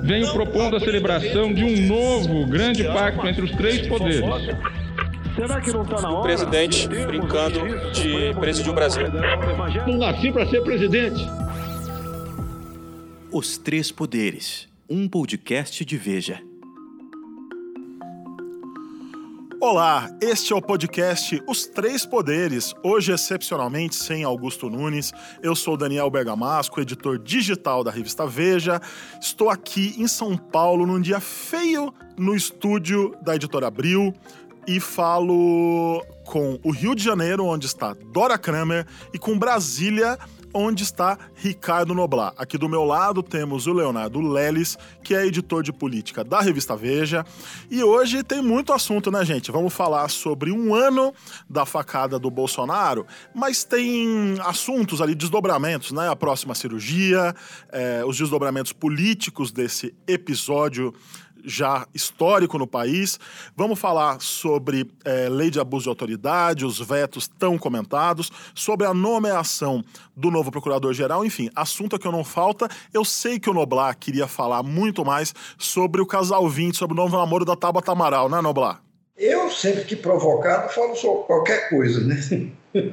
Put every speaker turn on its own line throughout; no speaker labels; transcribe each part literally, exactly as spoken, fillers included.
venho propondo a celebração de um novo grande pacto entre os três poderes.
Será que não está na hora?
O presidente brincando de presidir o Brasil.
Não nasci para ser presidente.
Os Três Poderes, um podcast de Veja.
Olá, este é o podcast Os Três Poderes, hoje excepcionalmente sem Augusto Nunes. Eu sou Daniel Bergamasco, editor digital da revista Veja. Estou aqui em São Paulo num dia feio no estúdio da Editora Abril e falo com o Rio de Janeiro, onde está Dora Kramer, e com Brasília, onde está Ricardo Noblat. Aqui do meu lado temos o Leonardo Leles, que é editor de política da revista Veja. E hoje tem muito assunto, né, gente? Vamos falar sobre um ano da facada do Bolsonaro, mas tem assuntos ali, desdobramentos, né? A próxima cirurgia, é, os desdobramentos políticos desse episódio já histórico no país. Vamos falar sobre é, lei de abuso de autoridade, os vetos tão comentados, sobre a nomeação do novo procurador-geral, enfim, assunto que eu não falta. Eu sei que o Noblat queria falar muito mais sobre o casal vinte, sobre o novo namoro da Tabata Amaral, né, Noblat?
Eu, sempre que provocado, falo sobre qualquer coisa, né?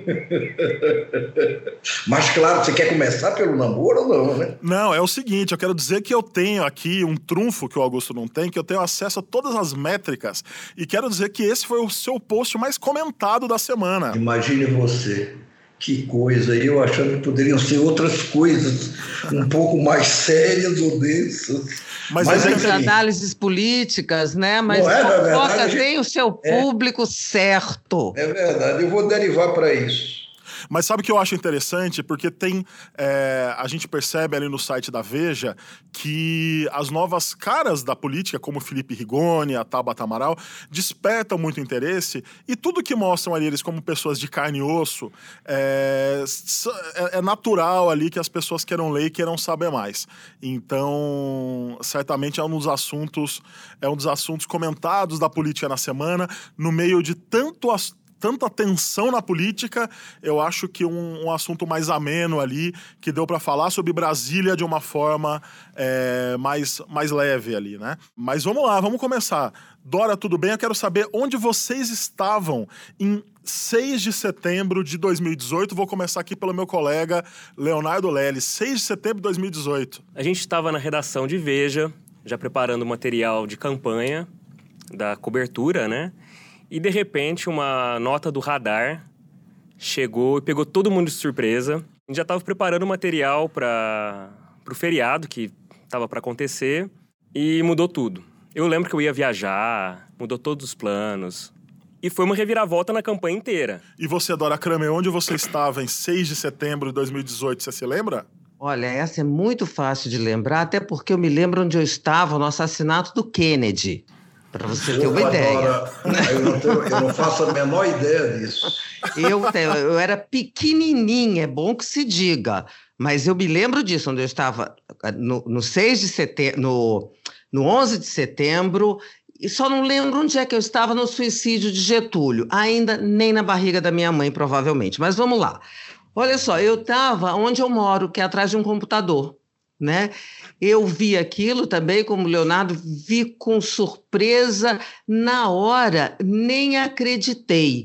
Mas, claro, você quer começar pelo namoro ou não, né?
Não, é o seguinte, eu quero dizer que eu tenho aqui um trunfo que o Augusto não tem, que eu tenho acesso a todas as métricas, e quero dizer que esse foi o seu post mais comentado da semana.
Imagine você, que coisa, eu achando que poderiam ser outras coisas um pouco mais sérias ou densas.
Mas,
Mas
é
as análises políticas, né? Mas
é,
a
fofoca
tem o seu público
é,
certo.
É verdade, eu vou derivar para isso.
Mas sabe o que eu acho interessante? Porque tem, é, a gente percebe ali no site da Veja que as novas caras da política, como Felipe Rigoni, a Tabata Amaral, despertam muito interesse, e tudo que mostram ali eles como pessoas de carne e osso, é, é natural ali que as pessoas queiram ler e queiram saber mais. Então, certamente é um dos assuntos, é um dos assuntos comentados da política na semana, no meio de tanto assunto, tanta tensão na política. Eu acho que um, um assunto mais ameno ali, que deu para falar sobre Brasília de uma forma é, mais, mais leve ali, né? Mas vamos lá, vamos começar. Dora, tudo bem? Eu quero saber onde vocês estavam em seis de setembro de dois mil e dezoito. Vou começar aqui pelo meu colega Leonardo Leles. seis de setembro de dois mil e dezoito.
A gente estava na redação de Veja, já preparando o material de campanha da cobertura, né? E, de repente, uma nota do Radar chegou e pegou todo mundo de surpresa. A gente já estava preparando o material para o feriado que estava para acontecer e mudou tudo. Eu lembro que eu ia viajar, mudou todos os planos. E foi uma reviravolta na campanha inteira.
E você, Dora Kramer, onde você estava em seis de setembro de dois mil e dezoito, você se lembra?
Olha, essa é muito fácil de lembrar, até porque eu me lembro onde eu estava no assassinato do Kennedy. Para você ter uma
Opa,
ideia.
Dora, eu, não tenho, eu não faço a menor ideia disso.
Eu, eu era pequenininha, é bom que se diga, mas eu me lembro disso, onde eu estava no, no seis de setembro, no, no onze de setembro, e só não lembro onde é que eu estava no suicídio de Getúlio, ainda nem na barriga da minha mãe, provavelmente. Mas vamos lá. Olha só, eu estava onde eu moro, que é atrás de um computador, né? Eu vi aquilo também, como o Leonardo, vi com surpresa na hora, nem acreditei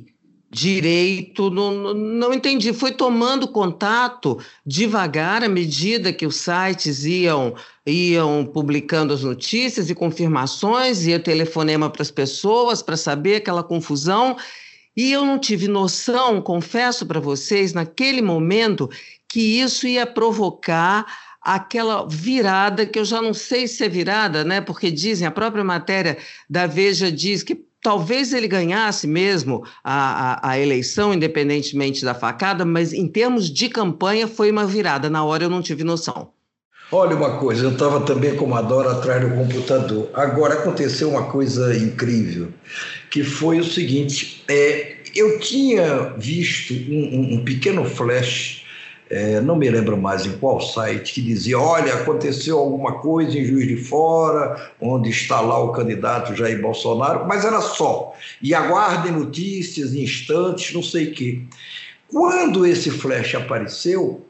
direito, não, não entendi. Foi tomando contato devagar à medida que os sites iam, iam publicando as notícias e confirmações, ia telefonema para as pessoas para saber aquela confusão. E eu não tive noção, confesso para vocês, naquele momento, que isso ia provocar aquela virada, que eu já não sei se é virada, né? Porque dizem, a própria matéria da Veja diz que talvez ele ganhasse mesmo a, a, a eleição, independentemente da facada, mas em termos de campanha foi uma virada. Na hora eu não tive noção.
Olha uma coisa, eu estava também como a Dora atrás do computador. Agora aconteceu uma coisa incrível, que foi o seguinte, é, eu tinha visto um, um, um pequeno flash, É, não me lembro mais em qual site, que dizia, olha, aconteceu alguma coisa em Juiz de Fora, onde está lá o candidato Jair Bolsonaro, mas era só. E aguardem notícias, instantes, não sei o quê. Quando esse flash apareceu,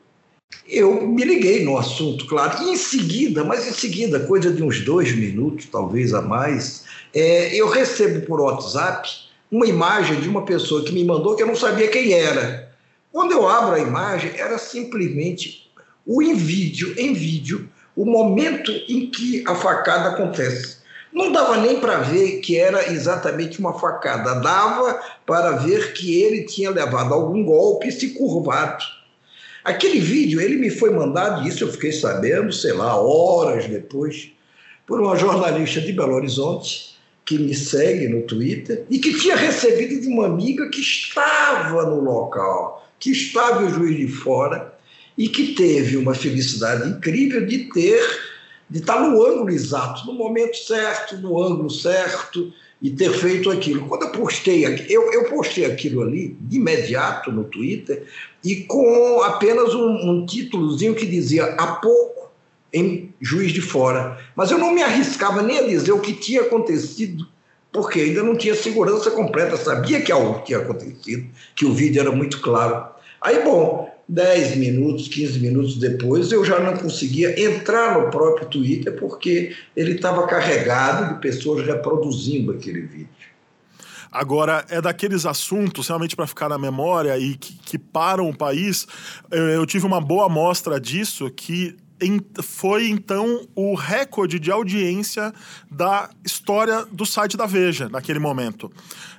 Eu me liguei no assunto, claro, e em seguida, mas em seguida, coisa de uns dois minutos, talvez a mais, é, eu recebo por WhatsApp uma imagem de uma pessoa que me mandou que eu não sabia quem era. Quando eu abro a imagem, era simplesmente o em vídeo, em vídeo, o momento em que a facada acontece. Não dava nem para ver que era exatamente uma facada, dava para ver que ele tinha levado algum golpe e se curvado. Aquele vídeo, ele me foi mandado, e isso eu fiquei sabendo, sei lá, horas depois, por uma jornalista de Belo Horizonte, que me segue no Twitter, e que tinha recebido de uma amiga que estava no local, que estava em Juiz de Fora, e que teve uma felicidade incrível de ter, de estar no ângulo exato, no momento certo, no ângulo certo, e ter feito aquilo. Quando eu postei, eu, eu postei aquilo ali, de imediato, no Twitter, e com apenas um, um títulozinho que dizia há pouco em Juiz de Fora. Mas eu não me arriscava nem a dizer o que tinha acontecido, porque ainda não tinha segurança completa, sabia que algo tinha acontecido, que o vídeo era muito claro. Aí, bom, dez minutos, quinze minutos depois, eu já não conseguia entrar no próprio Twitter, porque ele estava carregado de pessoas reproduzindo aquele vídeo.
Agora, é daqueles assuntos realmente para ficar na memória e que, que param o país. Eu, eu tive uma boa amostra disso, que em, foi então o recorde de audiência da história do site da Veja, naquele momento.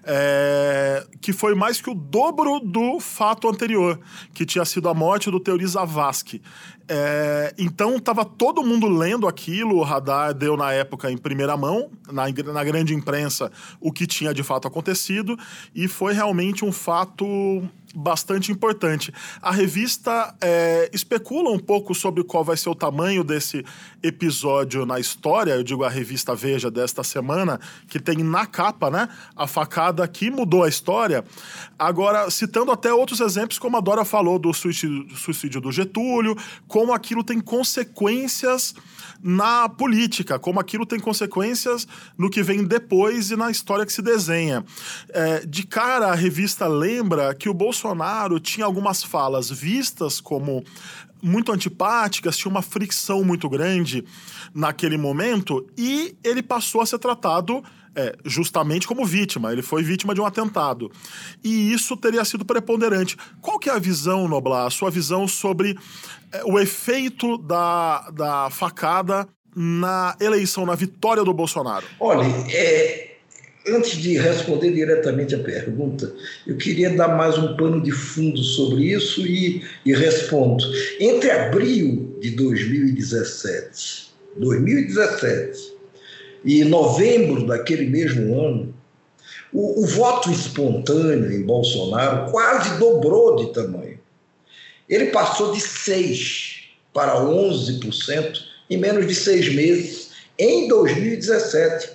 É, que foi mais que o dobro do fato anterior, que tinha sido a morte do Teori Zavascki. É, então estava todo mundo lendo aquilo, o Radar deu na época em primeira mão, na, na grande imprensa, o que tinha de fato acontecido, e foi realmente um fato bastante importante. A revista é, especula um pouco sobre qual vai ser o tamanho desse episódio na história, eu digo a revista Veja desta semana, que tem na capa, né, a facada que mudou a história. Agora, citando até outros exemplos, como a Dora falou do suicídio, do suicídio do Getúlio, como aquilo tem consequências na política, como aquilo tem consequências no que vem depois e na história que se desenha. É, de cara, a revista lembra que o Bolsonaro tinha algumas falas vistas como muito antipáticas, tinha uma fricção muito grande naquele momento, e ele passou a ser tratado é, justamente como vítima. Ele foi vítima de um atentado. E isso teria sido preponderante. Qual que é a visão, Noblar, a sua visão sobre é, o efeito da, da facada na eleição, na vitória do Bolsonaro?
Olha, é, antes de responder diretamente a pergunta, eu queria dar mais um pano de fundo sobre isso e, e respondo. Entre abril de dois mil e dezessete, dois mil e dezessete e novembro daquele mesmo ano, o, o voto espontâneo em Bolsonaro quase dobrou de tamanho. Ele passou de seis para onze por cento em menos de seis meses, em dois mil e dezessete.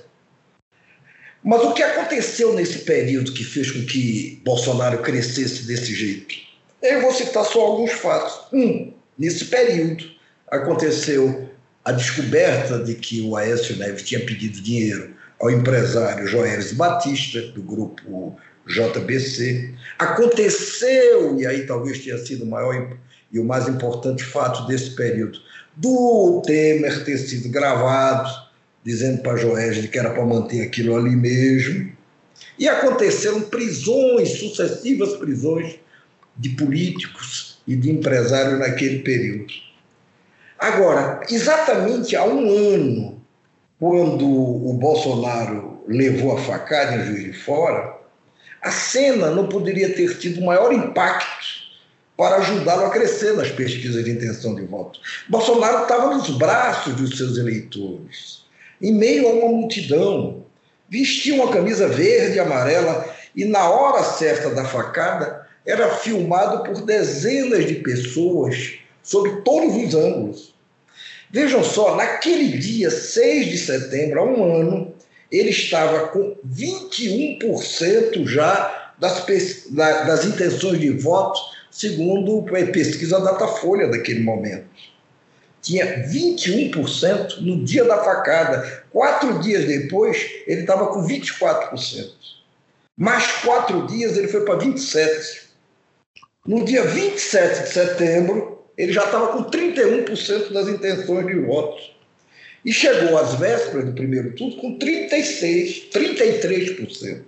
Mas o que aconteceu nesse período que fez com que Bolsonaro crescesse desse jeito? Eu vou citar só alguns fatos. Um, nesse período aconteceu a descoberta de que o Aécio Neves tinha pedido dinheiro ao empresário Joeres Batista, do grupo J B C. Aconteceu, e aí talvez tenha sido o maior e o mais importante fato desse período, do Temer ter sido gravado, dizendo para Joesley que era para manter aquilo ali mesmo. E aconteceram prisões, sucessivas prisões de políticos e de empresários naquele período. Agora, exatamente há um ano, quando o Bolsonaro levou a facada em Juiz de Fora, a cena não poderia ter tido maior impacto para ajudá-lo a crescer nas pesquisas de intenção de voto. Bolsonaro estava nos braços dos seus eleitores, em meio a uma multidão, vestia uma camisa verde e amarela e, na hora certa da facada, era filmado por dezenas de pessoas sob todos os ângulos. Vejam só, naquele dia, seis de setembro, há um ano, ele estava com vinte e um por cento já das, das intenções de voto, segundo a pesquisa Datafolha daquele momento. Tinha vinte e um por cento no dia da facada. Quatro dias depois, ele estava com vinte e quatro por cento. Mais quatro dias, ele foi para vinte e sete por cento. No dia vinte e sete de setembro, ele já estava com trinta e um por cento das intenções de votos. E chegou às vésperas do primeiro turno com trinta e seis por cento, trinta e três por cento.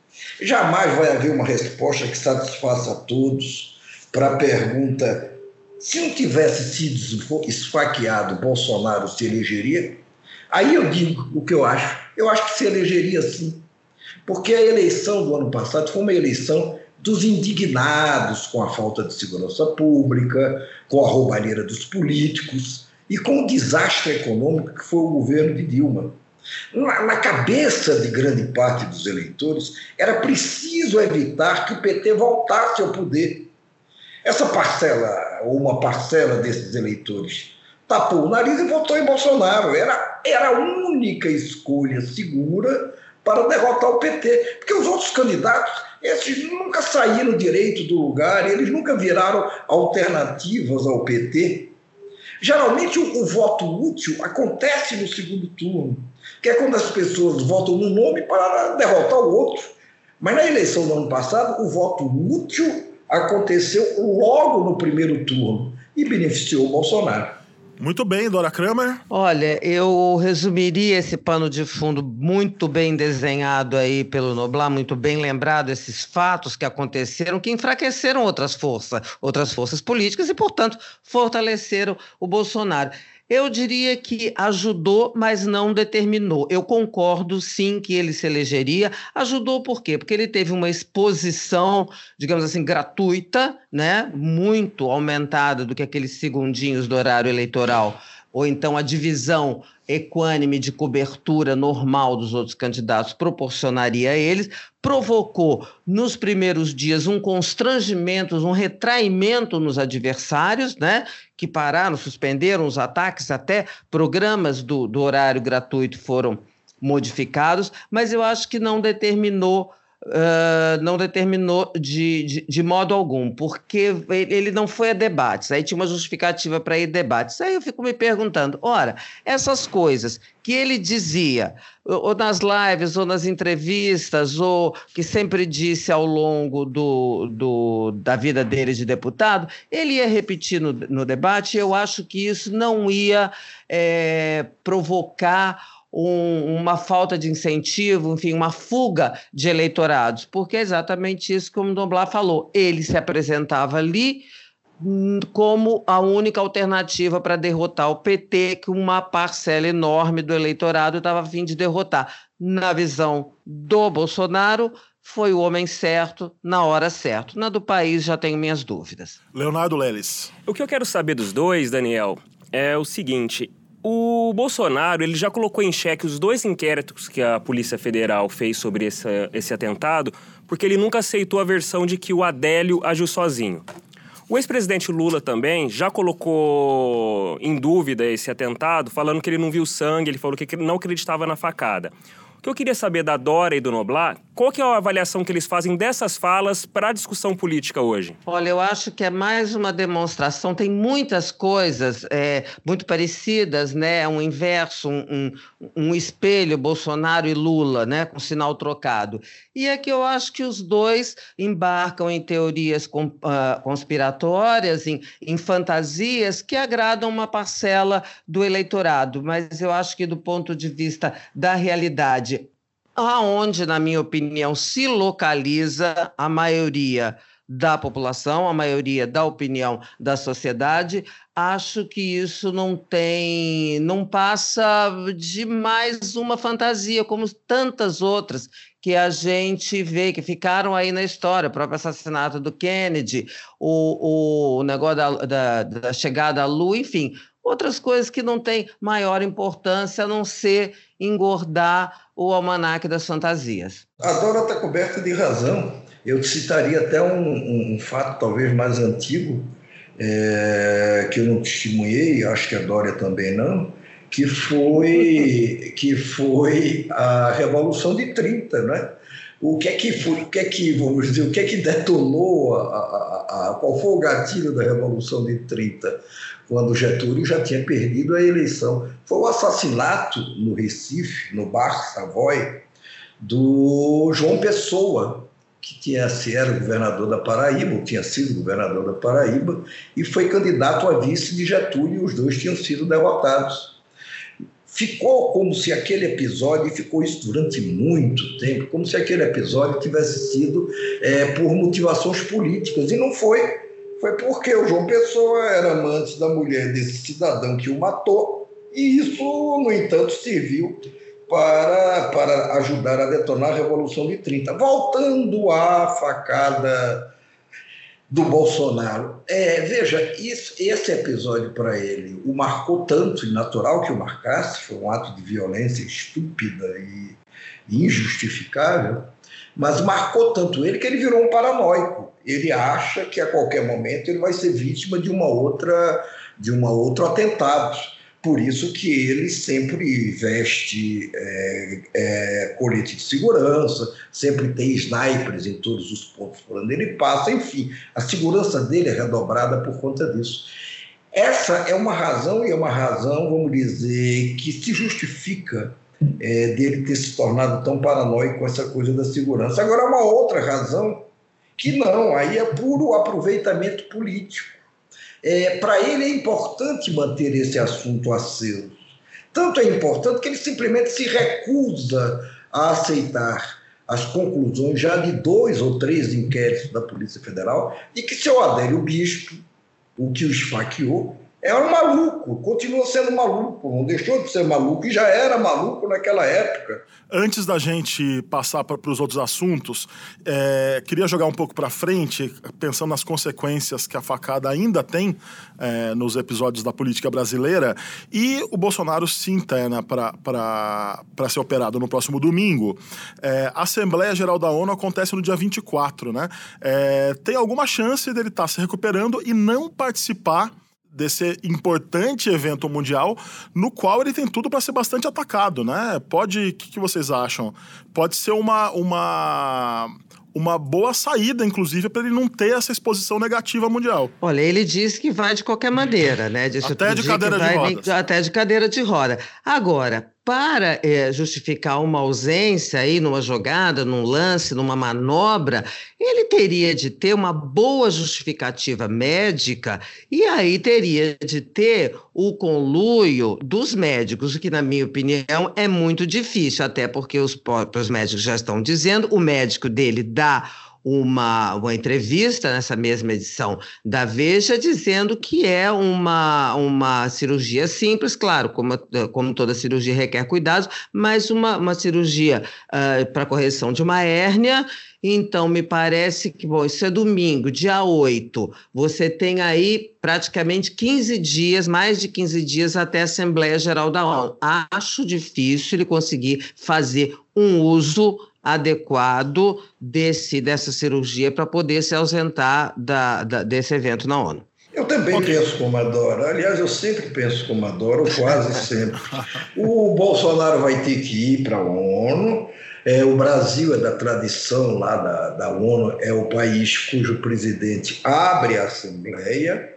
Jamais vai haver uma resposta que satisfaça a todos para a pergunta: se não tivesse sido esfaqueado, Bolsonaro se elegeria? Aí eu digo o que eu acho. Eu acho que se elegeria sim. Porque a eleição do ano passado foi uma eleição dos indignados com a falta de segurança pública, com a roubalheira dos políticos e com o desastre econômico que foi o governo de Dilma. Na, na cabeça de grande parte dos eleitores, era preciso evitar que o P T voltasse ao poder. Essa parcela, ou uma parcela desses eleitores, tapou o nariz e votou em Bolsonaro. Era, era a única escolha segura para derrotar o P T. Porque os outros candidatos, esses nunca saíram direito do lugar, eles nunca viraram alternativas ao P T. Geralmente o, o voto útil acontece no segundo turno, que é quando as pessoas votam no nome para derrotar o outro. Mas na eleição do ano passado, o voto útil aconteceu logo no primeiro turno e beneficiou o Bolsonaro.
Muito bem, Dora Kramer.
Olha, eu resumiria esse pano de fundo muito bem desenhado aí pelo Noblar, muito bem lembrado, esses fatos que aconteceram, que enfraqueceram outras forças, outras forças políticas e, portanto, fortaleceram o Bolsonaro. Eu diria que ajudou, mas não determinou. Eu concordo, sim, que ele se elegeria. Ajudou por quê? Porque ele teve uma exposição, digamos assim, gratuita, né? Muito aumentada do que aqueles segundinhos do horário eleitoral, ou então a divisão equânime de cobertura normal dos outros candidatos proporcionaria a eles, provocou nos primeiros dias um constrangimento, um retraimento nos adversários, né, que pararam, suspenderam os ataques, até programas do, do horário gratuito foram modificados, mas eu acho que não determinou Uh, não determinou de, de, de modo algum, porque ele não foi a debates, aí tinha uma justificativa para ir a debates. Aí eu fico me perguntando, ora, essas coisas que ele dizia, ou, ou nas lives, ou nas entrevistas, ou que sempre disse ao longo do, do, da vida dele de deputado, ele ia repetir no, no debate, e eu acho que isso não ia é, provocar Um, uma falta de incentivo, enfim, uma fuga de eleitorados, porque é exatamente isso que o Noblar falou. Ele se apresentava ali como a única alternativa para derrotar o P T, que uma parcela enorme do eleitorado estava a fim de derrotar. Na visão do Bolsonaro, foi o homem certo, na hora certa. Na do país, já tenho minhas dúvidas.
Leonardo Leles.
O que eu quero saber dos dois, Daniel, é o seguinte: o Bolsonaro, ele já colocou em xeque os dois inquéritos que a Polícia Federal fez sobre esse, esse atentado, porque ele nunca aceitou a versão de que o Adélio agiu sozinho. O ex-presidente Lula também já colocou em dúvida esse atentado, falando que ele não viu sangue, ele falou que não acreditava na facada. O que eu queria saber da Dora e do Noblar, qual que é a avaliação que eles fazem dessas falas para a discussão política hoje?
Olha, eu acho que é mais uma demonstração, tem muitas coisas é, muito parecidas, né? Um inverso, um, um, um espelho, Bolsonaro e Lula, né? Com sinal trocado. E é que eu acho que os dois embarcam em teorias com, uh, conspiratórias, em, em fantasias que agradam uma parcela do eleitorado, mas eu acho que do ponto de vista da realidade, aonde, na minha opinião, se localiza a maioria da população, a maioria da opinião da sociedade, acho que isso não tem, não passa de mais uma fantasia, como tantas outras que a gente vê, que ficaram aí na história, o próprio assassinato do Kennedy, o, o negócio da, da, da chegada à Lua, enfim, outras coisas que não têm maior importância a não ser engordar o almanaque das fantasias.
A Dora está coberta de razão. Eu citaria até um, um, um fato talvez mais antigo, é, que eu não testemunhei, acho que a Dora também não, que foi, que foi a Revolução de trinta, né? O que é que foi, o que é que, vamos dizer, o que é que detonou, a, a, a, qual foi o gatilho da Revolução de trinta, quando Getúlio já tinha perdido a eleição? Foi o assassinato no Recife, no Bar Savoy, do João Pessoa, que tinha, se era governador da Paraíba, ou tinha sido governador da Paraíba, e foi candidato a vice de Getúlio, e os dois tinham sido derrotados. Ficou como se aquele episódio, e ficou isso durante muito tempo, como se aquele episódio tivesse sido é, por motivações políticas, e não foi. Foi porque o João Pessoa era amante da mulher desse cidadão que o matou, e isso, no entanto, serviu para, para ajudar a detonar a Revolução de trinta. Voltando à facada do Bolsonaro, é, veja, isso, esse episódio para ele o marcou tanto, e natural que o marcasse, foi um ato de violência estúpida e, e injustificável, mas marcou tanto ele que ele virou um paranoico. Ele acha que a qualquer momento ele vai ser vítima de uma outra, de uma outro atentado. Por isso que ele sempre veste é, é, colete de segurança, sempre tem snipers em todos os pontos por onde ele passa, enfim, a segurança dele é redobrada por conta disso. Essa é uma razão, e é uma razão, vamos dizer, que se justifica é, dele ter se tornado tão paranoico com essa coisa da segurança. Agora, uma outra razão que não, aí é puro aproveitamento político. É, para ele é importante manter esse assunto aceso. Tanto é importante que ele simplesmente se recusa a aceitar as conclusões já de dois ou três inquéritos da Polícia Federal de que seu Adélio Bispo, o que o esfaqueou, é um maluco, continua sendo maluco, não deixou de ser maluco e já era maluco naquela época.
Antes da gente passar para os outros assuntos, é, queria jogar um pouco para frente, pensando nas consequências que a facada ainda tem é, nos episódios da política brasileira, e o Bolsonaro se interna para ser operado no próximo domingo. É, a Assembleia Geral da ONU acontece no dia vinte e quatro, né? É, tem alguma chance dele estar se recuperando e não participar desse importante evento mundial, no qual ele tem tudo para ser bastante atacado, né? Pode, o que, que vocês acham? Pode ser uma, uma, uma boa saída, inclusive, para ele não ter essa exposição negativa mundial.
Olha, ele disse que vai de qualquer maneira, né? Disse
até de cadeira de rodas.
Até de cadeira de roda. Agora, para é, justificar uma ausência aí numa jogada, num lance, numa manobra, ele teria de ter uma boa justificativa médica e aí teria de ter o conluio dos médicos, o que, na minha opinião, é muito difícil, até porque os próprios médicos já estão dizendo, o médico dele dá Uma, uma entrevista nessa mesma edição da Veja dizendo que é uma, uma cirurgia simples, claro, como, como toda cirurgia requer cuidados, mas uma, uma cirurgia uh, para correção de uma hérnia. Então, me parece que, bom, isso é domingo, dia oito, você tem aí praticamente quinze dias, mais de quinze dias até a Assembleia Geral da ONU. Acho difícil ele conseguir fazer um uso adequado desse, dessa cirurgia para poder se ausentar da, da, desse evento na ONU.
Eu também okay. penso como a Dora. Aliás, eu sempre penso como a Dora, ou quase sempre. O Bolsonaro vai ter que ir para a ONU. É, o Brasil é da tradição lá da, da ONU, é o país cujo presidente abre a Assembleia.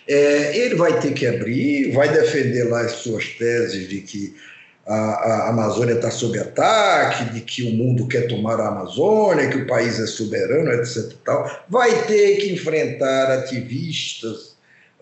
É, ele vai ter que abrir, vai defender lá as suas teses de que a, a Amazônia está sob ataque, de que o mundo quer tomar a Amazônia, que o país é soberano, etcétera. E tal. Vai ter que enfrentar ativistas,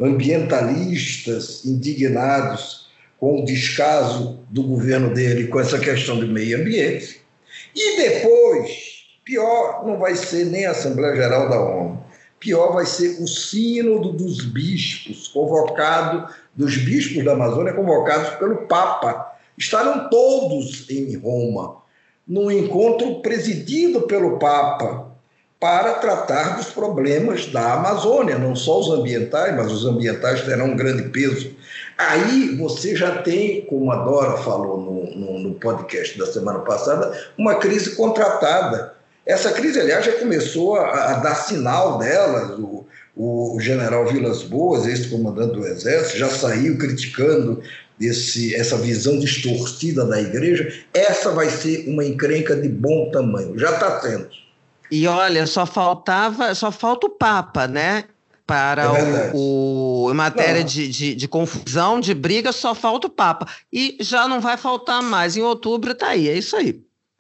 ambientalistas indignados com o descaso do governo dele com essa questão do meio ambiente. E depois, pior não vai ser nem a Assembleia Geral da ONU, pior vai ser o sínodo dos bispos, convocado, dos bispos da Amazônia, convocados pelo Papa. Estarão todos em Roma, num encontro presidido pelo Papa, para tratar dos problemas da Amazônia, não só os ambientais, mas os ambientais terão um grande peso. Aí você já tem, como a Dora falou no, no, no podcast da semana passada, uma crise contratada. Essa crise, aliás, já começou a, a dar sinal dela. O, o general Vilas Boas, ex-comandante do Exército, já saiu criticando esse, essa visão distorcida da igreja. Essa vai ser uma encrenca de bom tamanho, já está tendo.
E olha, só faltava, só falta o Papa, né? Para é o, o, em matéria de, de, de confusão, de briga, só falta o Papa. E já não vai faltar mais. Em outubro está aí, é isso aí.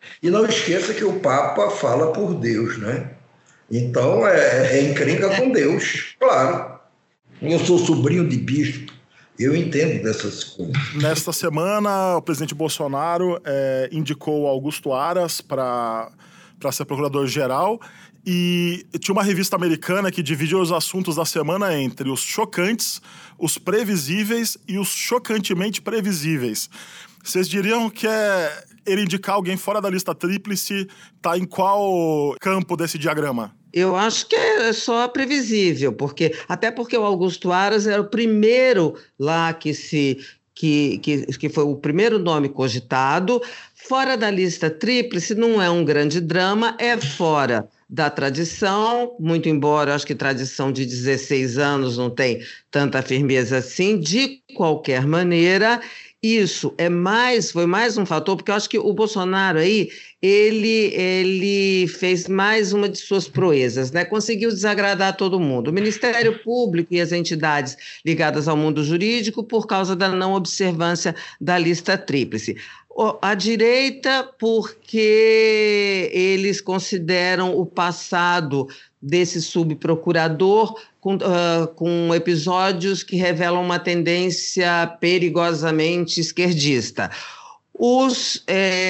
E não esqueça que o Papa fala por Deus, né? Então, é, é encrenca com Deus, claro. Eu sou sobrinho de bispo, eu entendo dessas coisas.
Nesta semana, o presidente Bolsonaro é, indicou Augusto Aras para para ser procurador-geral, e tinha uma revista americana que dividiu os assuntos da semana entre os chocantes, os previsíveis e os chocantemente previsíveis. Vocês diriam que é ele indicar alguém fora da lista tríplice está em qual campo desse diagrama?
Eu acho que é só previsível, porque até porque o Augusto Aras era o primeiro lá que se que, que, que foi o primeiro nome cogitado. Fora da lista tríplice não é um grande drama, é fora da tradição, muito embora acho que tradição de dezesseis anos não tem tanta firmeza assim. De qualquer maneira, isso é mais, foi mais um fator, porque eu acho que o Bolsonaro aí, ele, ele fez mais uma de suas proezas, né? Conseguiu desagradar todo mundo. O Ministério Público e as entidades ligadas ao mundo jurídico por causa da não observância da lista tríplice. A direita, porque eles consideram o passado desse subprocurador com, uh, com episódios que revelam uma tendência perigosamente esquerdista. Os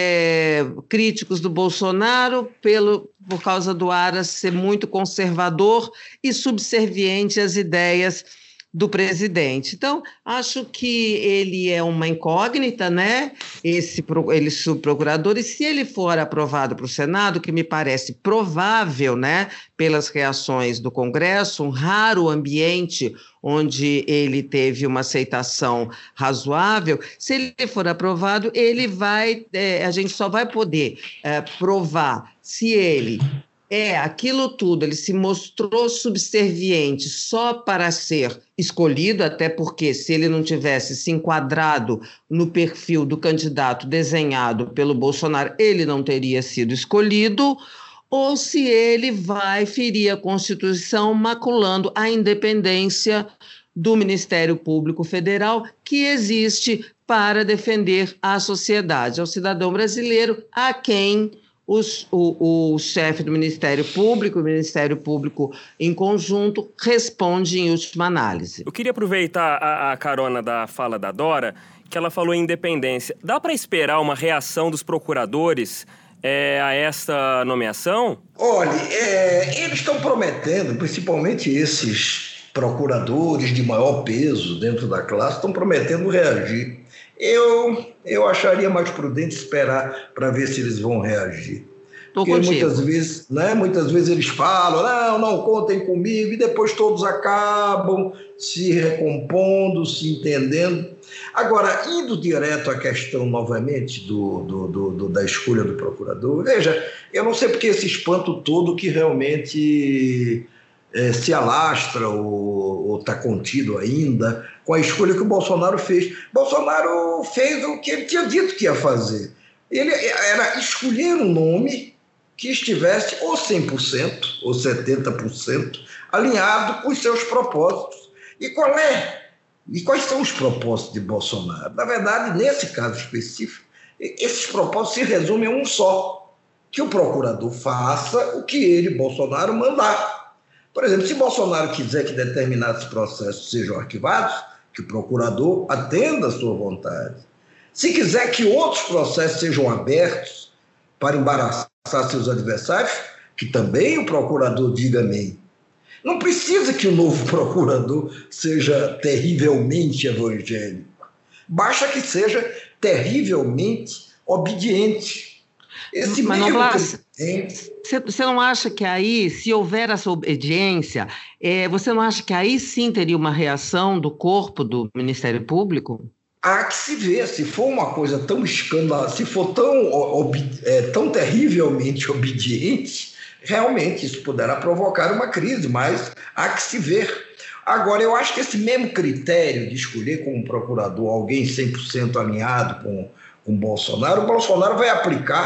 é, críticos do Bolsonaro, pelo, por causa do Aras ser muito conservador e subserviente às ideias do presidente. Então, acho que ele é uma incógnita, né? Esse, ele subprocurador, e se ele for aprovado para o Senado, que me parece provável, né? Pelas reações do Congresso, um raro ambiente onde ele teve uma aceitação razoável, se ele for aprovado, ele vai, é, a gente só vai poder é, provar se ele é aquilo tudo, ele se mostrou subserviente só para ser escolhido, até porque se ele não tivesse se enquadrado no perfil do candidato desenhado pelo Bolsonaro, ele não teria sido escolhido, ou se ele vai ferir a Constituição, maculando a independência do Ministério Público Federal, que existe para defender a sociedade, ao cidadão brasileiro, a quem Os, o, o chefe do Ministério Público, o Ministério Público em conjunto, responde em última análise.
Eu queria aproveitar a, a carona da fala da Dora, que ela falou em independência. Dá para esperar uma reação dos procuradores é, a esta nomeação?
Olha, é, eles estão prometendo, principalmente esses procuradores de maior peso dentro da classe, estão prometendo reagir. Eu, eu acharia mais prudente esperar para ver se eles vão reagir.
Tô
Porque
contigo.
muitas vezes, né, muitas vezes eles falam, não, não contem comigo, e depois todos acabam se recompondo, se entendendo. Agora, indo direto à questão novamente do, do, do, do, da escolha do procurador, veja, eu não sei porque esse espanto todo que realmente é, se alastra ou está contido ainda com a escolha que o Bolsonaro fez. Bolsonaro fez o que ele tinha dito que ia fazer. Ele era escolher um nome que estivesse ou cem por cento ou setenta por cento alinhado com os seus propósitos. E qual é? E quais são os propósitos de Bolsonaro? Na verdade, nesse caso específico, esses propósitos se resumem a um só: que o procurador faça o que ele, Bolsonaro, mandar. Por exemplo, se Bolsonaro quiser que determinados processos sejam arquivados, que o procurador atenda a sua vontade. Se quiser que outros processos sejam abertos para embaraçar seus adversários, que também o procurador diga amém. Não precisa que o novo procurador seja terrivelmente evangélico. Basta que seja terrivelmente obediente. Esse
Mas não, Blas,
tem...
você não acha que aí, se houver essa obediência, é, você não acha que aí sim teria uma reação do corpo do Ministério Público?
Há que se ver, se for uma coisa tão escandalosa, se for tão, ob, é, tão terrivelmente obediente, realmente isso poderá provocar uma crise, mas há que se ver. Agora, eu acho que esse mesmo critério de escolher como procurador alguém cem por cento alinhado com, com Bolsonaro, o Bolsonaro vai aplicar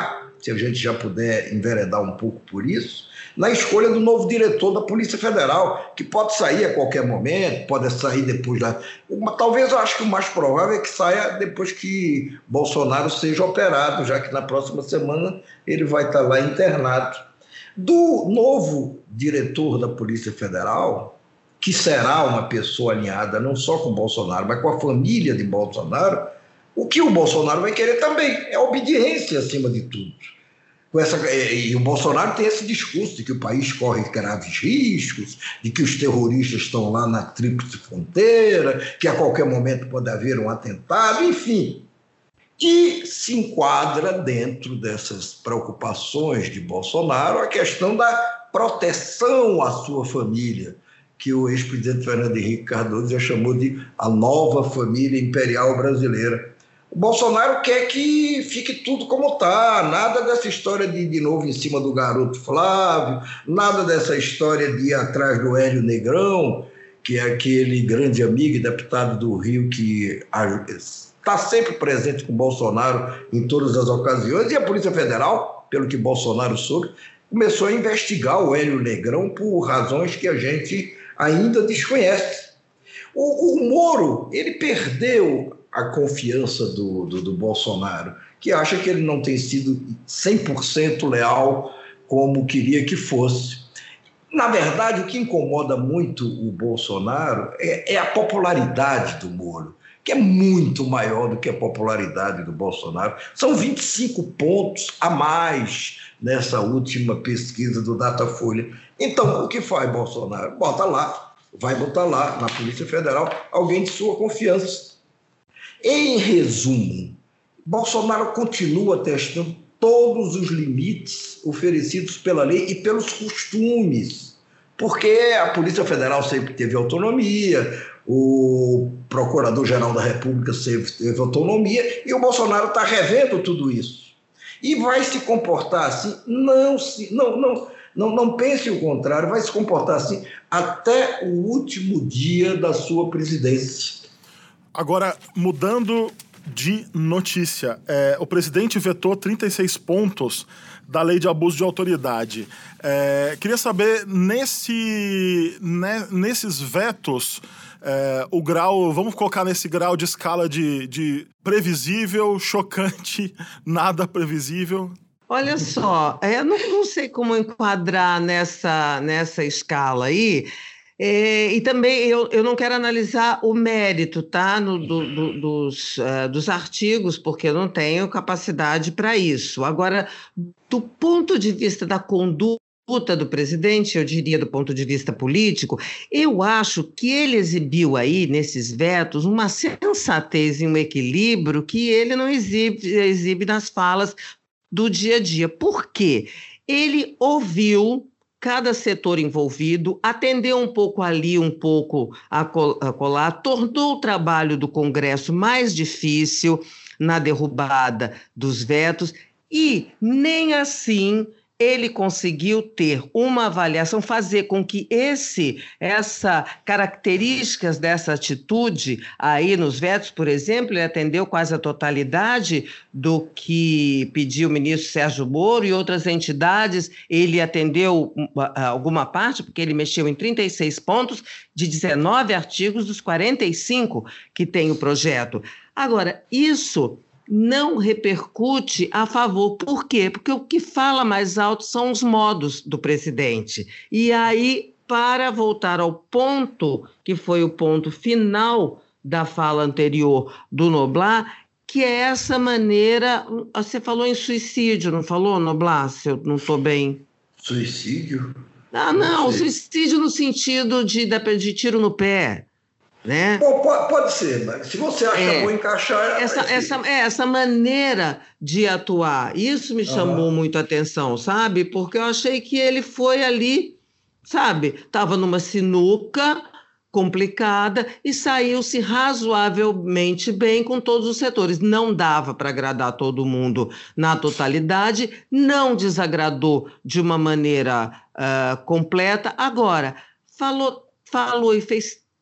se a gente já puder enveredar um pouco por isso, na escolha do novo diretor da Polícia Federal, que pode sair a qualquer momento, pode sair depois da... Uma, talvez eu acho que o mais provável é que saia depois que Bolsonaro seja operado, já que na próxima semana ele vai estar lá internado. Do novo diretor da Polícia Federal, que será uma pessoa alinhada não só com Bolsonaro, mas com a família de Bolsonaro, o que o Bolsonaro vai querer também é obediência acima de tudo. Com essa, e o Bolsonaro tem esse discurso de que o país corre graves riscos, de que os terroristas estão lá na tríplice fronteira, que a qualquer momento pode haver um atentado, enfim, que se enquadra dentro dessas preocupações de Bolsonaro a questão da proteção à sua família, que o ex-presidente Fernando Henrique Cardoso já chamou de a nova família imperial brasileira. O Bolsonaro quer que fique tudo como está, nada dessa história de de novo em cima do garoto Flávio, nada dessa história de ir atrás do Hélio Negrão, que é aquele grande amigo e deputado do Rio que está sempre presente com o Bolsonaro em todas as ocasiões, e a Polícia Federal, pelo que Bolsonaro soube, começou a investigar o Hélio Negrão por razões que a gente ainda desconhece. O, o Moro, ele perdeu a confiança do, do, do Bolsonaro, que acha que ele não tem sido cem por cento leal como queria que fosse. Na verdade, o que incomoda muito o Bolsonaro é, é a popularidade do Moro, que é muito maior do que a popularidade do Bolsonaro. São vinte e cinco pontos a mais nessa última pesquisa do Datafolha. Então, o que faz Bolsonaro? Bota lá, vai botar lá na Polícia Federal alguém de sua confiança. Em resumo, Bolsonaro continua testando todos os limites oferecidos pela lei e pelos costumes, porque a Polícia Federal sempre teve autonomia, o Procurador-Geral da República sempre teve autonomia, e o Bolsonaro está revendo tudo isso. E vai se comportar assim, não, se, não, não, não, não pense o contrário, vai se comportar assim até o último dia da sua presidência.
Agora, mudando de notícia, é, o presidente vetou trinta e seis pontos da lei de abuso de autoridade. É, queria saber, nesse, né, nesses vetos, é, o grau, vamos colocar nesse grau de escala de, de previsível, chocante, nada previsível.
Olha só, eu não, não sei como enquadrar nessa, nessa escala aí. É, e também eu, eu não quero analisar o mérito, tá, no, do, do, dos, uh, dos artigos, porque eu não tenho capacidade para isso. Agora, do ponto de vista da conduta do presidente, eu diria do ponto de vista político, eu acho que ele exibiu aí, nesses vetos, uma sensatez e um equilíbrio que ele não exibe, exibe nas falas do dia a dia. Por quê? Ele ouviu cada setor envolvido, atendeu um pouco ali, um pouco a colar, tornou o trabalho do Congresso mais difícil na derrubada dos vetos e nem assim ele conseguiu ter uma avaliação, fazer com que esse, essa características dessa atitude aí nos vetos, por exemplo, ele atendeu quase a totalidade do que pediu o ministro Sérgio Moro e outras entidades, ele atendeu alguma parte, porque ele mexeu em trinta e seis pontos de dezenove artigos dos quarenta e cinco que tem o projeto. Agora, isso não repercute a favor. Por quê? Porque o que fala mais alto são os modos do presidente. E aí, para voltar ao ponto, que foi o ponto final da fala anterior do Noblar, que é essa maneira... Você falou em suicídio, não falou, Noblar? Se eu não estou bem...
Suicídio?
Ah, não, não suicídio no sentido de, de tiro no pé. Né?
Bom, pode, pode ser, mas se você acha
é,
bom encaixar...
Essa,
é
essa, é, essa maneira de atuar, isso me chamou uhum. muito a atenção, sabe? Porque eu achei que ele foi ali, sabe? Estava numa sinuca complicada e saiu-se razoavelmente bem com todos os setores. Não dava para agradar todo mundo na totalidade, não desagradou de uma maneira uh, completa. Agora, falou, falou e fez tanto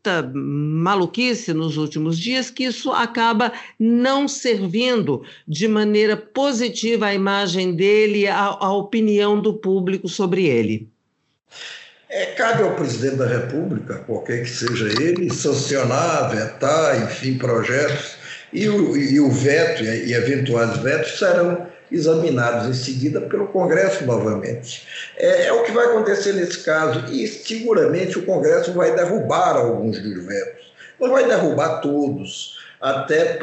tanta maluquice nos últimos dias que isso acaba não servindo de maneira positiva à imagem dele, à, à opinião do público sobre ele.
É, cabe ao presidente da República, qualquer que seja ele, sancionar, vetar, enfim, projetos, e o, e o veto e, e eventuais vetos serão examinados em seguida pelo Congresso novamente. É, é o que vai acontecer nesse caso, e seguramente o Congresso vai derrubar alguns dos vetos. Não vai derrubar todos, até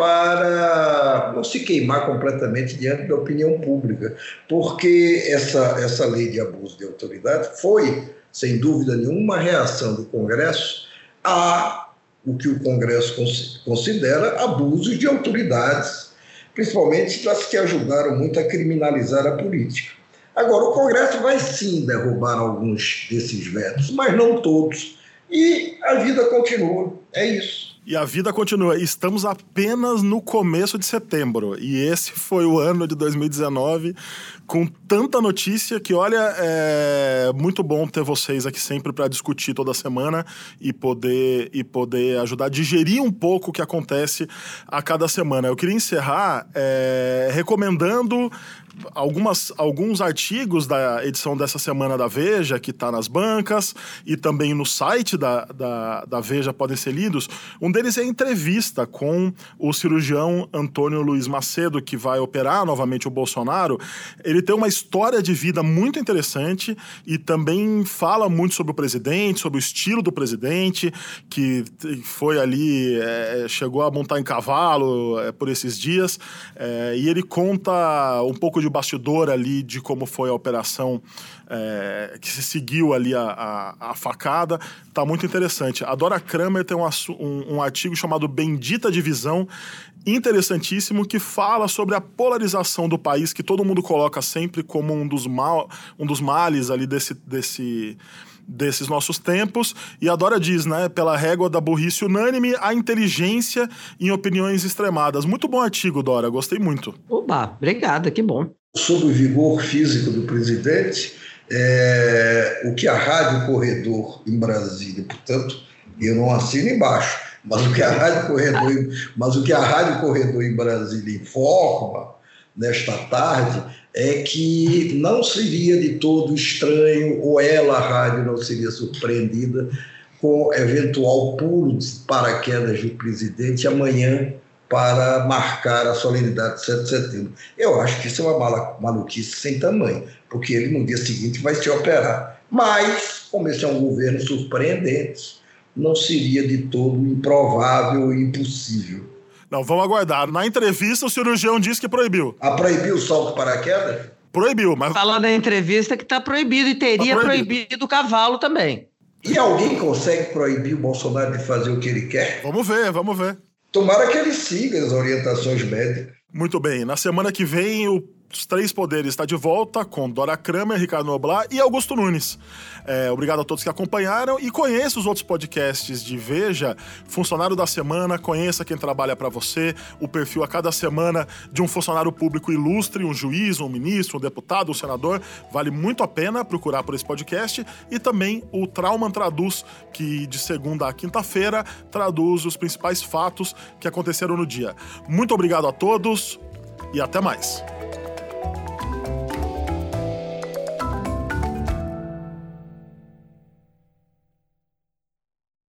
para não se queimar completamente diante da opinião pública, porque essa, essa lei de abuso de autoridade foi, sem dúvida nenhuma, uma reação do Congresso a o que o Congresso considera abusos de autoridades, principalmente das que ajudaram muito a criminalizar a política. Agora, o Congresso vai sim derrubar alguns desses vetos, mas não todos. E a vida continua, é isso.
E a vida continua. Estamos apenas no começo de setembro. E esse foi o ano de dois mil e dezenove, com tanta notícia que, olha, é muito bom ter vocês aqui sempre para discutir toda semana e poder, e poder ajudar a digerir um pouco o que acontece a cada semana. Eu queria encerrar é, recomendando algumas, alguns artigos da edição dessa semana da Veja, que está nas bancas, e também no site da, da, da Veja podem ser lidos. Um deles é a entrevista com o cirurgião Antônio Luiz Macedo, que vai operar novamente o Bolsonaro. Ele tem uma história de vida muito interessante e também fala muito sobre o presidente, sobre o estilo do presidente, que foi ali, é, chegou a montar em cavalo é, por esses dias, é, e ele conta um pouco de bastidor ali de como foi a operação é, que se seguiu ali a, a, a facada. Tá muito interessante. A Dora Kramer tem um, um, um artigo chamado Bendita Divisão, interessantíssimo, que fala sobre a polarização do país, que todo mundo coloca sempre como um dos, mal, um dos males ali desse, desse, desses nossos tempos. E a Dora diz, né, pela régua da burrice unânime, a inteligência em opiniões extremadas. Muito bom artigo, Dora, gostei muito.
Oba, obrigada, que bom.
Sobre o vigor físico do presidente, é, o que a Rádio Corredor em Brasília, portanto, eu não assino embaixo, mas o que a Rádio Corredor, mas o que a Rádio Corredor em Brasília informa nesta tarde é que não seria de todo estranho, ou ela, a rádio, não seria surpreendida com eventual pulo de paraquedas do presidente amanhã para marcar a solenidade de sete de setembro. Eu acho que isso é uma maluquice sem tamanho, porque ele no dia seguinte vai se operar. Mas, como esse é um governo surpreendente, não seria de todo improvável e impossível.
Não, vamos aguardar. Na entrevista, o cirurgião disse que proibiu.
Ah, proibiu o salto paraquedas?
Proibiu, mas...
Falou na entrevista que está proibido e teria tá proibido. proibido o cavalo também.
E alguém consegue proibir o Bolsonaro de fazer o que ele quer?
Vamos ver, vamos ver.
Tomara que ele siga as orientações médicas.
Muito bem. Na semana que vem, o Os Três Poderes está de volta com Dora Kramer, Ricardo Noblat e Augusto Nunes. É, obrigado a todos que acompanharam e conheça os outros podcasts de Veja, Funcionário da Semana, conheça quem trabalha para você, o perfil a cada semana de um funcionário público ilustre, um juiz, um ministro, um deputado, um senador. Vale muito a pena procurar por esse podcast. E também o Trauma Traduz, que de segunda a quinta-feira traduz os principais fatos que aconteceram no dia. Muito obrigado a todos e até mais.